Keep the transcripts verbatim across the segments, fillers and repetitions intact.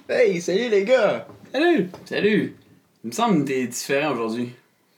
Hey, salut les gars! Salut! Salut! Il me semble que t'es différent aujourd'hui.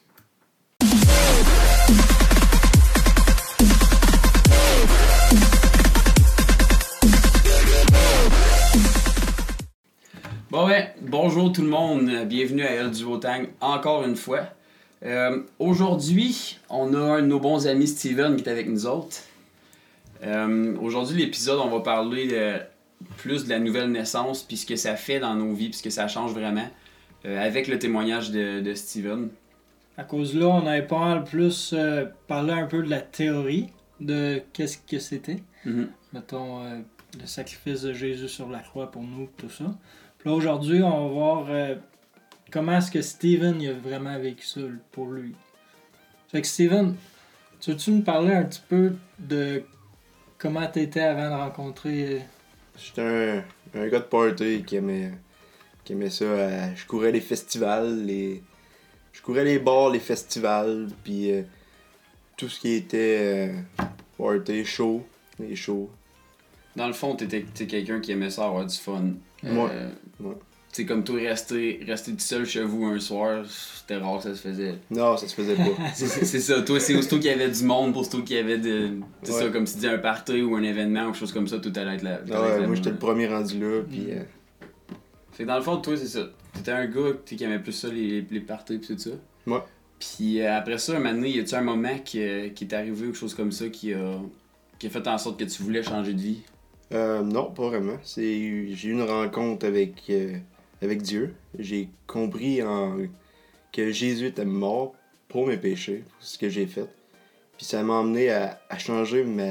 Bon ouais, bonjour tout le monde, bienvenue à El du Votang encore une fois. Euh, aujourd'hui, on a un de nos bons amis Steven qui est avec nous autres. Euh, aujourd'hui, l'épisode, on va parler de, plus de la nouvelle naissance, puis ce que ça fait dans nos vies, puis ce que ça change vraiment, euh, avec le témoignage de, de Steven. À cause de là, on avait pas mal plus euh, parlé un peu de la théorie, de qu'est-ce que c'était. Mm-hmm. Mettons, euh, le sacrifice de Jésus sur la croix pour nous, tout ça. Puis là, aujourd'hui, on va voir euh, comment est-ce que Steven il a vraiment vécu ça pour lui. Fait que Steven, tu veux-tu me parler un petit peu de comment t'étais avant de rencontrer... J'étais un, un gars de party qui aimait, qui aimait ça. Euh, je courais les festivals, les... je courais les bars, les festivals, puis euh, tout ce qui était euh, party, show, les shows. Dans le fond, t'étais, t'es quelqu'un qui aimait ça avoir du fun. Ouais. Euh, Ouais. Tu sais, comme toi, rester, rester tout seul chez vous un soir, c'était rare que ça se faisait. Non, ça se faisait pas. C'est, c'est, c'est ça, toi, c'est aussitôt qu'il y avait du monde, pour aussitôt qu'il y avait de. C'est Ouais. ça, comme si tu dis un party ou un événement ou quelque chose comme ça, tout allait être là. Ah ouais, moi j'étais le premier rendu là, puis Mm. euh, Fait que dans le fond, toi, c'est ça. T'étais un gars t'sais, qui aimait plus ça, les, les parties pis tout ça. Ouais. Puis euh, après ça, un moment donné, y a-tu un moment qui, euh, qui est arrivé ou quelque chose comme ça qui a, qui a fait en sorte que tu voulais changer de vie? Euh, non, pas vraiment. C'est, j'ai eu une rencontre avec, euh, avec Dieu. J'ai compris en, que Jésus était mort pour mes péchés, pour ce que j'ai fait. Puis ça m'a amené à, à changer ma,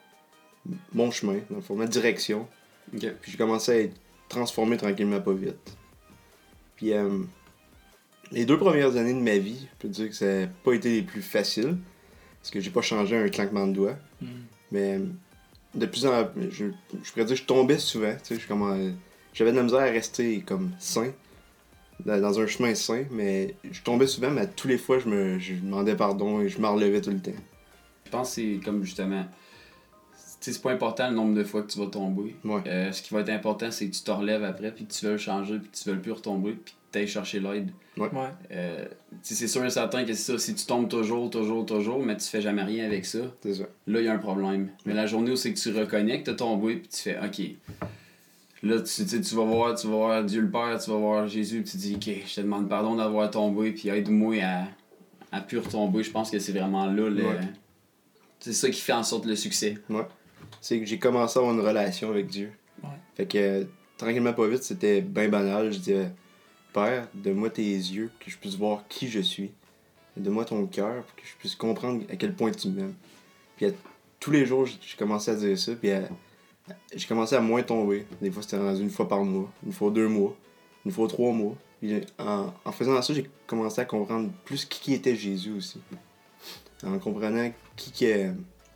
mon chemin, dans le fond, ma direction. Ok. Puis j'ai commencé à être transformé tranquillement, pas vite. Puis euh, les deux premières années de ma vie, je peux dire que ça n'a pas été les plus faciles, parce que j'ai pas changé un claquement de doigts. Mm. Mais de plus en plus, je, je pourrais dire que je tombais souvent. Tu sais, je command- j'avais de la misère à rester comme sain, dans, dans un chemin sain, mais je tombais souvent, mais à tous les fois, je me je demandais pardon et je me relevais tout le temps. Je pense que c'est comme justement. Tu sais, c'est pas important le nombre de fois que tu vas tomber. Ouais. Euh, ce qui va être important, c'est que tu te relèves après, puis que tu veux le changer, puis que tu veux plus retomber, puis que tu ailles chercher l'aide. Ouais. Euh, tu sais, c'est sûr et certain que c'est ça. Si tu tombes toujours, toujours, toujours, mais tu fais jamais rien avec ça, C'est ça. là, il y a un problème. Mais la journée où c'est que tu reconnais que tu as tombé, puis tu fais OK. Là, tu, tu, sais, tu vas voir, tu vas voir Dieu le Père, tu vas voir Jésus, puis tu dis OK, je te demande pardon d'avoir tombé, puis aide-moi à, à plus retomber. Je pense que c'est vraiment là le. Ouais. C'est ça qui fait en sorte le succès. C'est que j'ai commencé à avoir une relation avec Dieu. Ouais. Fait que, euh, tranquillement pas vite, c'était bien banal. Je disais, Père, donne-moi tes yeux, que je puisse voir qui je suis. Et donne-moi ton cœur, pour que je puisse comprendre à quel point tu m'aimes. Puis à, tous les jours, j'ai j'ai commencé à dire ça, puis à- à- j'ai commencé à moins tomber. Des fois, c'était rendu une fois par mois, une fois deux mois, une fois trois mois. Puis en, en faisant ça, j'ai commencé à comprendre plus qui, qui était Jésus aussi. En comprenant qui que...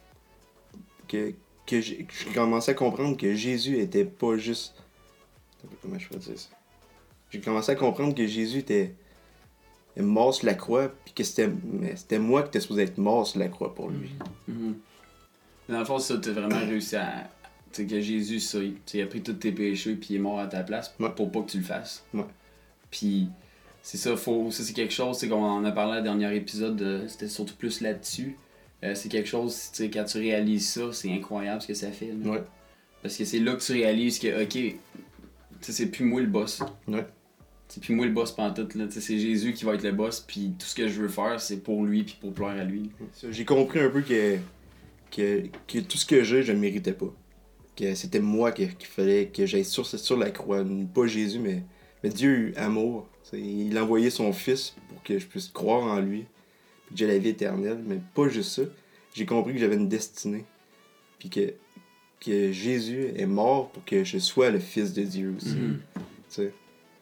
que que j'ai j'ai commencé à comprendre que Jésus était pas juste... Comment je peux dire ça? J'ai commencé à comprendre que Jésus était mort sur la croix, puis que c'était, mais c'était moi qui étais supposé être mort sur la croix pour lui. Mhm. Dans le fond, ça, t'as vraiment réussi à. Tu sais, que Jésus, ça, il, tu sais, il a pris tous tes péchés, puis il est mort à ta place Ouais. pour pas que tu le fasses. Ouais. Puis, c'est ça, faut, ça, c'est quelque chose, c'est qu'on en a parlé à dernier épisode, euh, c'était surtout plus là-dessus. Euh, c'est quelque chose, tu sais, quand tu réalises ça, c'est incroyable ce que ça fait. là. Ouais. Parce que c'est là que tu réalises que, ok, tu sais, c'est plus moi le boss. Ouais. C'est plus moi le boss pantoute, là. Tu sais, c'est Jésus qui va être le boss, puis tout ce que je veux faire, c'est pour lui, puis pour plaire à lui. Ça, j'ai compris un peu que, que, que tout ce que j'ai, je ne méritais pas. Que c'était moi qu'il qu'il fallait que j'aille sur, sur la croix. Pas Jésus, mais, mais Dieu, amour. T'sais, il a envoyé son Fils pour que je puisse croire en lui, puis que j'ai la vie éternelle. Mais pas juste ça. J'ai compris que j'avais une destinée. Puis que, que Jésus est mort pour que je sois le Fils de Dieu aussi. Mhm. T'sais.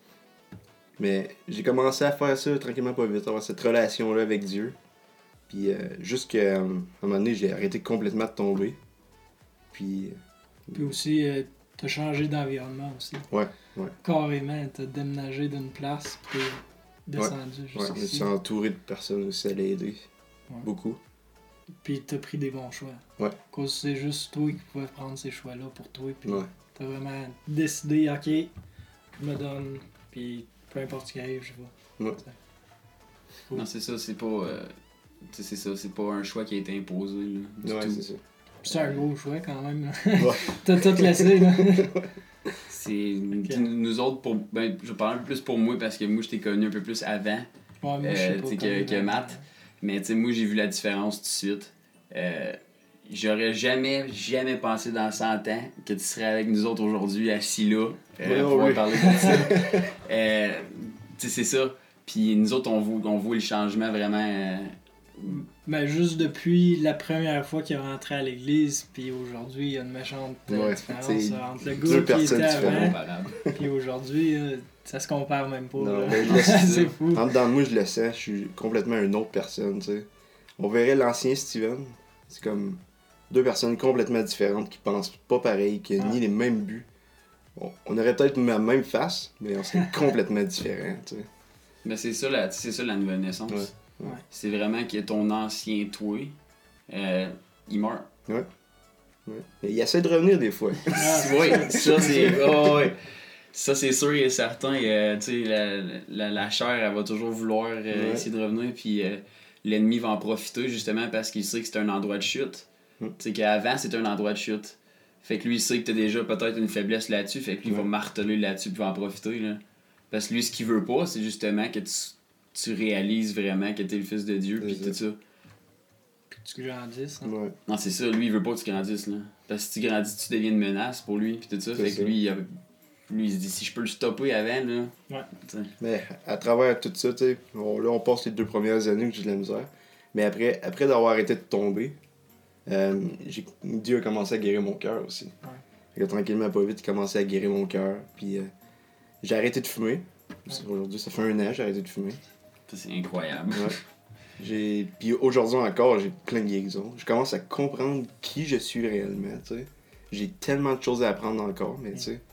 Mais j'ai commencé à faire ça tranquillement pas vite, avoir cette relation-là avec Dieu. Puis euh, jusqu'à un moment donné, j'ai arrêté complètement de tomber. Puis, Puis aussi, euh, t'as changé d'environnement aussi. ouais, ouais. Carrément, t'as déménagé d'une place, puis t'es descendu Ouais, je me jusqu'ici. suis entouré de personnes aussi à l'aider. Ouais. Beaucoup. Puis t'as pris des bons choix. Ouais. Cause c'est juste toi qui pouvais prendre ces choix-là pour toi. Puis Ouais. t'as vraiment décidé, ok, me donne, puis peu importe ce qui arrive, je vais. Ouais. Cool. Non, c'est ça, c'est pas. Euh, tu sais, c'est ça, c'est pas un choix qui a été imposé, là. Du Ouais, tout. c'est ça. C'est un gros choix quand même. Là. Ouais. T'as tout laissé, là. C'est. Ok. Nous autres, pour. Ben, je parle un peu plus pour moi parce que moi, je t'ai connu un peu plus avant. Ouais, moi, je Euh, sais pas. t'sais, que- comment- que Matt. Mais tu sais, moi, j'ai vu la différence tout de suite. Euh, J'aurais jamais, jamais pensé dans cent ans que tu serais avec nous autres aujourd'hui, assis là, euh, Ouais, à pouvoir oui. parler de ça. euh, tu sais, c'est ça. Puis nous autres, on voit, on voit le changement vraiment. Euh, Ben, juste depuis la première fois qu'il est rentré à l'église, puis aujourd'hui, il y a une méchante euh, Ouais, différence c'est euh, entre le deux gars qui personnes était différentes. avant, comparable. puis aujourd'hui, euh, ça se compare même pas. Non, là. ben, je le sais, C'est fou. En dedans de moi, je le sens, je suis complètement une autre personne, tu sais. On verrait l'ancien Steven, c'est comme deux personnes complètement différentes qui pensent pas pareil, qui ont Ouais. ni les mêmes buts. On, on aurait peut-être la même face, mais on serait complètement différents, tu sais. Mais c'est ça, la, c'est ça la nouvelle naissance. Ouais, ouais. C'est vraiment que ton ancien toi, euh, il meurt. Ouais. Mais il essaie de revenir des fois. Ah, c'est oui, ça. ça c'est. Oh, ouais. Ça c'est sûr et certain. Euh, tu sais, la, la, la chair, elle va toujours vouloir euh, Ouais. essayer de revenir, puis euh, l'ennemi va en profiter justement parce qu'il sait que c'est un endroit de chute. Mm. Tu sais qu'avant c'était un endroit de chute. Fait que lui il sait que t'as déjà peut-être une faiblesse là-dessus, fait que lui il Ouais. va marteler là-dessus puis va en profiter. Là. Parce que lui ce qu'il veut pas, c'est justement que tu, tu réalises vraiment que t'es le fils de Dieu puis C'est tout ça. Puis que tu grandisses. Hein. Ouais. Non, c'est ça, lui il veut pas que tu grandisses là. Parce que si tu grandis, tu deviens une menace pour lui puis tout ça. C'est Fait ça. que lui il, a- lui il se dit si je peux le stopper avant là. Ouais. tu sais. Mais à travers tout ça, tu sais, on, là on passe les deux premières années que j'ai de la misère. Mais après, après d'avoir arrêté de tomber, euh, j'ai, Dieu a commencé à guérir mon cœur aussi. Ouais. Fait que tranquillement, pas vite, il a commencé à guérir mon cœur. Puis euh, j'ai arrêté de fumer. Aujourd'hui, ça fait un an que j'ai arrêté de fumer. Ça, c'est incroyable. Ouais. J'ai... Puis aujourd'hui encore, j'ai plein de guérisons. Je commence à comprendre qui je suis réellement, tu sais. J'ai tellement de choses à apprendre encore, mais tu sais,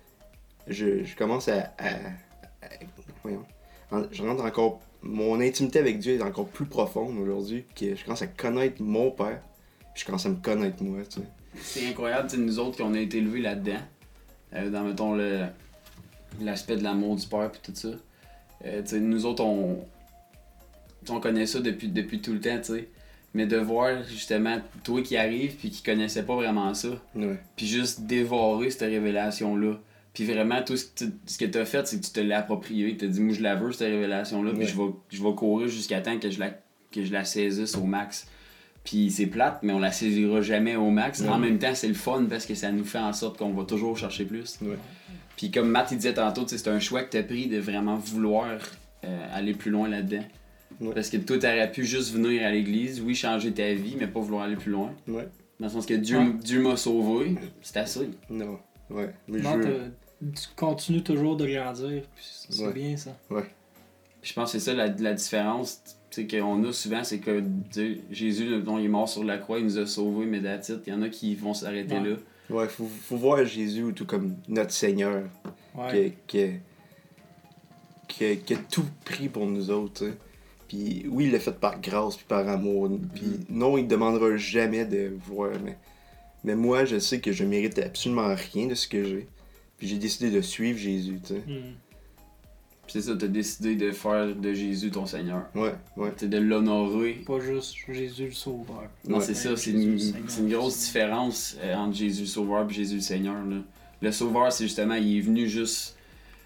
je, je commence à... à, à- voyons. En- je rentre encore... Mon intimité avec Dieu est encore plus profonde aujourd'hui, que je commence à connaître mon Père, puis je commence à me connaître moi, tu sais. C'est incroyable, tu sais, nous autres, qu'on a été élevés là-dedans, euh, dans, mettons, le, l'aspect de l'amour du Père puis tout ça. Euh, tu sais, nous autres, on, on connaît ça depuis, depuis tout le temps, tu sais. Mais de voir, justement, toi qui arrives puis qui connaissais pas vraiment ça, Ouais. puis juste dévorer cette révélation-là. Puis vraiment, tout ce que tu- ce que t'as fait, c'est que tu te l'as approprié. Tu t'as dit, moi, je la veux, cette révélation-là, puis Ouais. je vais, je vais courir jusqu'à temps que je la, que je la saisisse au max. Puis c'est plate, mais on la saisira jamais au max. Ouais. En même temps, c'est le fun parce que ça nous fait en sorte qu'on va toujours chercher plus. Ouais. Puis comme Matt il disait tantôt, tu sais, c'est un choix que t'as pris de vraiment vouloir euh, aller plus loin là-dedans. Ouais. Parce que toi, t'aurais pu juste venir à l'église, oui, changer ta vie, mais pas vouloir aller plus loin. Ouais. Dans le sens que Dieu, Ouais. Dieu m'a sauvé, c'est assez. Non. Ouais. Mais Non, je... t'as- tu continues toujours de grandir, puis c'est Ouais. bien ça. Puis je pense que c'est ça la, la différence tu sais, qu'on a souvent, c'est que tu sais, Jésus, dont il est mort sur la croix, il nous a sauvés, mais that's it. Il y en a qui vont s'arrêter Ouais. là. Ouais, faut, faut voir Jésus tout comme notre Seigneur, Ouais. qui, qui, qui, a- qui a tout pris pour nous autres, tu sais. Puis oui, il l'a fait par grâce puis par amour. Puis non, il demandera jamais de voir. Mais, mais moi, je sais que je mérite absolument rien de ce que j'ai. Puis j'ai décidé de suivre Jésus, tu sais. Hmm. Puis c'est ça, t'as décidé de faire de Jésus ton Seigneur. Ouais, ouais. C'est de l'honorer. Pas juste Jésus le Sauveur. Non, Ouais. c'est ça, c'est Jésus une, le Seigneur. c'est une grosse différence euh, entre Jésus le Sauveur et Jésus le Seigneur. Là. Le Sauveur, c'est justement, il est venu juste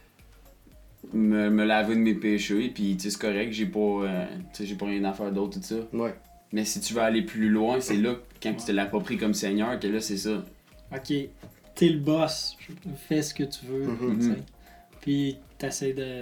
me, me laver de mes péchés, puis tu sais, c'est correct, j'ai pas, euh, tu sais, j'ai pas rien à faire d'autre, tout ça. Ouais. Mais si tu veux aller plus loin, c'est là, quand tu te l'appropries comme Seigneur, que là, c'est ça. Ok, t'es le boss, fais ce que tu veux, Mhm. tu sais. Puis t'essaies de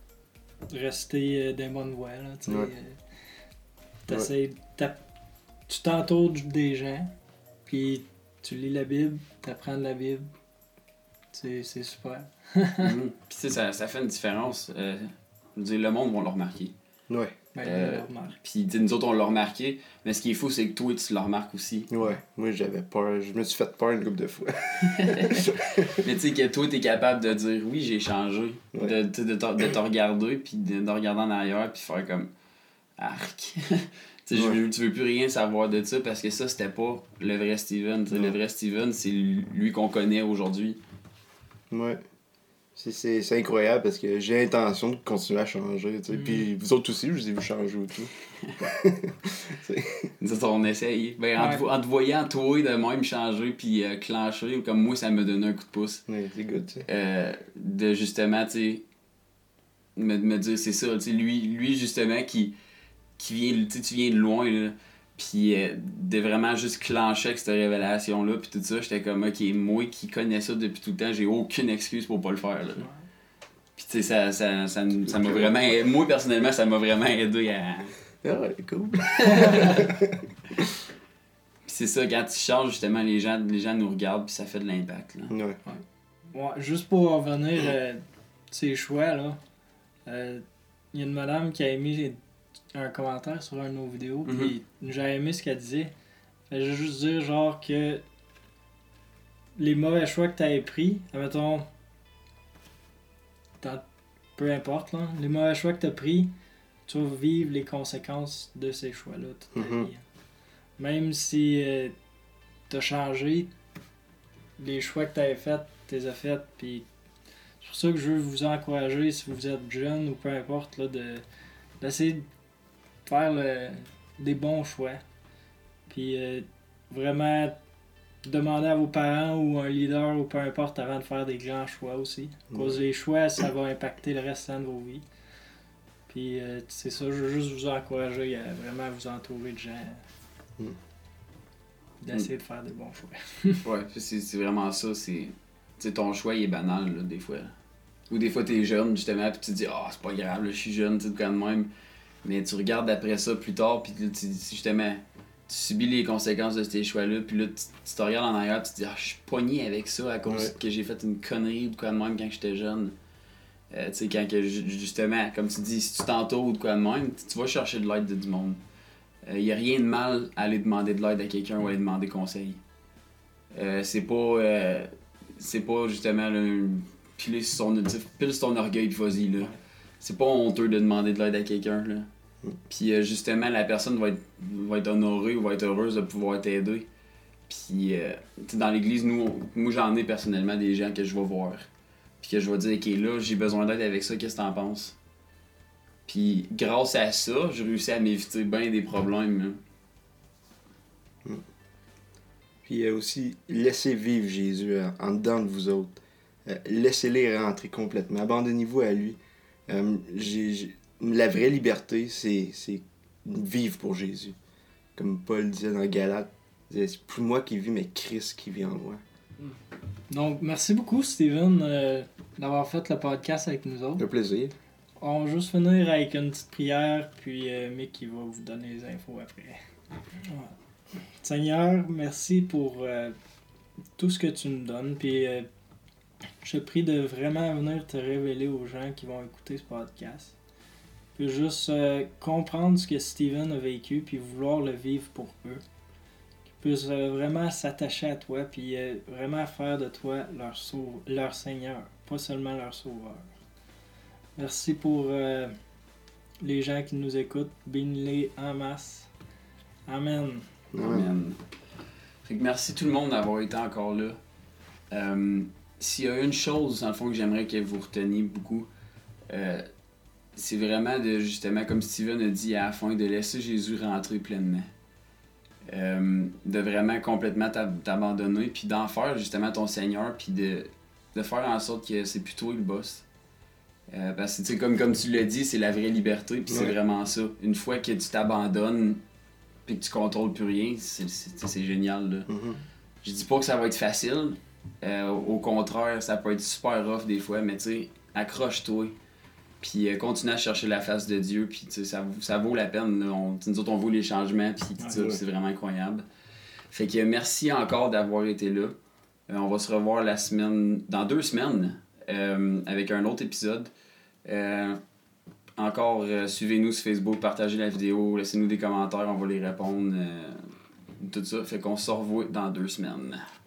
rester euh, dans bonne voie, là, tu sais. Ouais. euh, T'essaies, t'app- tu t'entoures des gens, puis tu lis la Bible, t'apprends de la Bible. C'est, c'est super. Mhm. Puis tu sais, ça, ça fait une différence. Euh, je veux dire, le monde va le remarquer. Ouais. Ben, Euh, on le remarque. Puis tu sais, nous autres, on l'a remarqué. Mais ce qui est fou, c'est que toi, tu le remarques aussi. Ouais. Moi, j'avais peur. Je me suis fait peur une couple de fois. Mais tu sais que toi, t'es capable de dire oui, j'ai changé. Ouais. De, tu sais, de, te, de te regarder, puis de, de regarder en arrière, puis faire comme arc. Tu sais, je Ouais. veux- tu veux plus rien savoir de ça parce que ça, c'était pas le vrai Steven. Tu sais, Non. le vrai Steven, c'est lui qu'on connaît aujourd'hui. Ouais. C'est, c'est, c'est incroyable parce que j'ai l'intention de continuer à changer, tu sais. Mm. Puis vous autres aussi, je vous ai vu changer aussi. Nous autres, on essaye. Ben, en, Ouais. te, en te voyant, toi, de même changer, puis euh, clencher, comme moi, ça me donnait un coup de pouce. Ouais, c'est good, tu sais. Euh, de justement, tu sais, me, me dire, c'est ça, tu sais, lui, lui, justement, qui, qui vient, tu sais, tu viens de loin, là. Puis euh, de vraiment juste clencher avec cette révélation-là, puis tout ça, j'étais comme, ok, moi qui connais ça depuis tout le temps, j'ai aucune excuse pour pas le faire, là. Puis tu sais, ça, ça, ça, ça m'a vraiment... Moi, personnellement, ça m'a vraiment aidé à... Ah ouais, cool. Puis c'est ça, quand tu changes, justement, les gens, les gens nous regardent, puis ça fait de l'impact, là. Ouais. Ouais, juste pour revenir à ses choix, là, il euh, y a une madame qui a émis un commentaire sur un de nos vidéos, puis mm-hmm. j'ai aimé ce qu'elle disait. Elle je veux juste dire, genre, que les mauvais choix que tu as pris, admettons, peu importe, là, les mauvais choix que tu as pris, tu vas vivre les conséquences de ces choix-là toute ta mm-hmm. vie. Même si euh, tu as changé, les choix que tu avais faits, tu les as faits, puis c'est pour ça que je veux vous encourager, si vous êtes jeune ou peu importe, là, de, d'essayer de faire le, des bons choix. Puis euh, vraiment demander à vos parents ou un leader ou peu importe avant de faire des grands choix aussi. À cause des choix, ça va impacter le restant de vos vies. Puis euh, c'est ça, je veux juste vous encourager à vraiment vous entourer de gens. Mm. D'essayer de faire des bons choix. Ouais, c'est, c'est vraiment ça. C'est, t'sais, ton choix il est banal là, des fois. Ou des fois t'es jeune justement puis tu te dis ah oh, c'est pas grave, là, je suis jeune, tu sais quand même. Mais tu regardes après ça plus tard puis tu justement tu subis les conséquences de ces choix-là puis là tu, tu te regardes en arrière tu te dis ah je suis pogné avec ça à cause ouais. que j'ai fait une connerie ou quoi de même quand j'étais jeune. Euh, tu sais quand que justement comme tu dis si tu t'entoures ou de quoi de même tu vas chercher de l'aide de du monde. Il euh, n'y a rien de mal à aller demander de l'aide à quelqu'un ou à aller demander conseil. Euh, c'est pas euh, c'est pas justement là, piler sur son, pile sur ton orgueil pis vas-y là. C'est pas honteux de demander de l'aide à quelqu'un là. Puis euh, justement la personne va être, va être honorée ou va être heureuse de pouvoir t'aider. Puis euh, dans l'église, nous, on, moi j'en ai personnellement des gens que je vais voir. Puis que je vais dire ok là j'ai besoin d'aide avec ça, qu'est-ce que t'en penses? Puis grâce à ça, j'ai réussi à m'éviter bien des problèmes. Mm. Puis il y a aussi laissez vivre Jésus en, en dedans de vous autres. Euh, laissez-les rentrer complètement. Abandonnez-vous à lui. Euh, j'ai, j'ai... La vraie liberté, c'est, c'est vivre pour Jésus. Comme Paul disait dans Galates, c'est plus moi qui vis, mais Christ qui vit en moi. Donc, merci beaucoup, Steven, euh, d'avoir fait le podcast avec nous autres. Un plaisir. On va juste finir avec une petite prière, puis euh, Mick il va vous donner les infos après. Ouais. Seigneur, merci pour euh, tout ce que tu nous donnes, puis euh, je te prie de vraiment venir te révéler aux gens qui vont écouter ce podcast. Puis juste euh, comprendre ce que Steven a vécu, puis vouloir le vivre pour eux. Qu'ils puissent euh, vraiment s'attacher à toi, puis euh, vraiment faire de toi leur, sauve, leur Seigneur, pas seulement leur Sauveur. Merci pour euh, les gens qui nous écoutent. Bénis-les en masse. Amen. Amen. Fait que merci tout le monde d'avoir été encore là. Euh, s'il y a une chose, dans le fond, que j'aimerais que vous reteniez beaucoup, euh, c'est vraiment de, justement, comme Steven a dit à la fin, de laisser Jésus rentrer pleinement. Euh, de vraiment complètement t'abandonner, puis d'en faire justement ton Seigneur, puis de, de faire en sorte que c'est plus toi le boss. Euh, parce que, tu sais, comme, comme tu l'as dit, c'est la vraie liberté, puis ouais. C'est vraiment ça. Une fois que tu t'abandonnes, puis que tu contrôles plus rien, c'est, c'est, c'est génial, là. Mm-hmm. Je dis pas que ça va être facile. Euh, au contraire, ça peut être super rough des fois, mais tu sais, accroche-toi. Puis euh, continue à chercher la face de Dieu, puis tu sais, ça, ça vaut la peine. Là. On, nous autres, on vaut les changements, puis ah, ouais. C'est vraiment incroyable. Fait que merci encore d'avoir été là. Euh, on va se revoir la semaine, dans deux semaines, euh, avec un autre épisode. Euh, encore, euh, suivez-nous sur Facebook, partagez la vidéo, laissez-nous des commentaires, on va les répondre. Euh, tout ça. Fait qu'on se revoit dans deux semaines.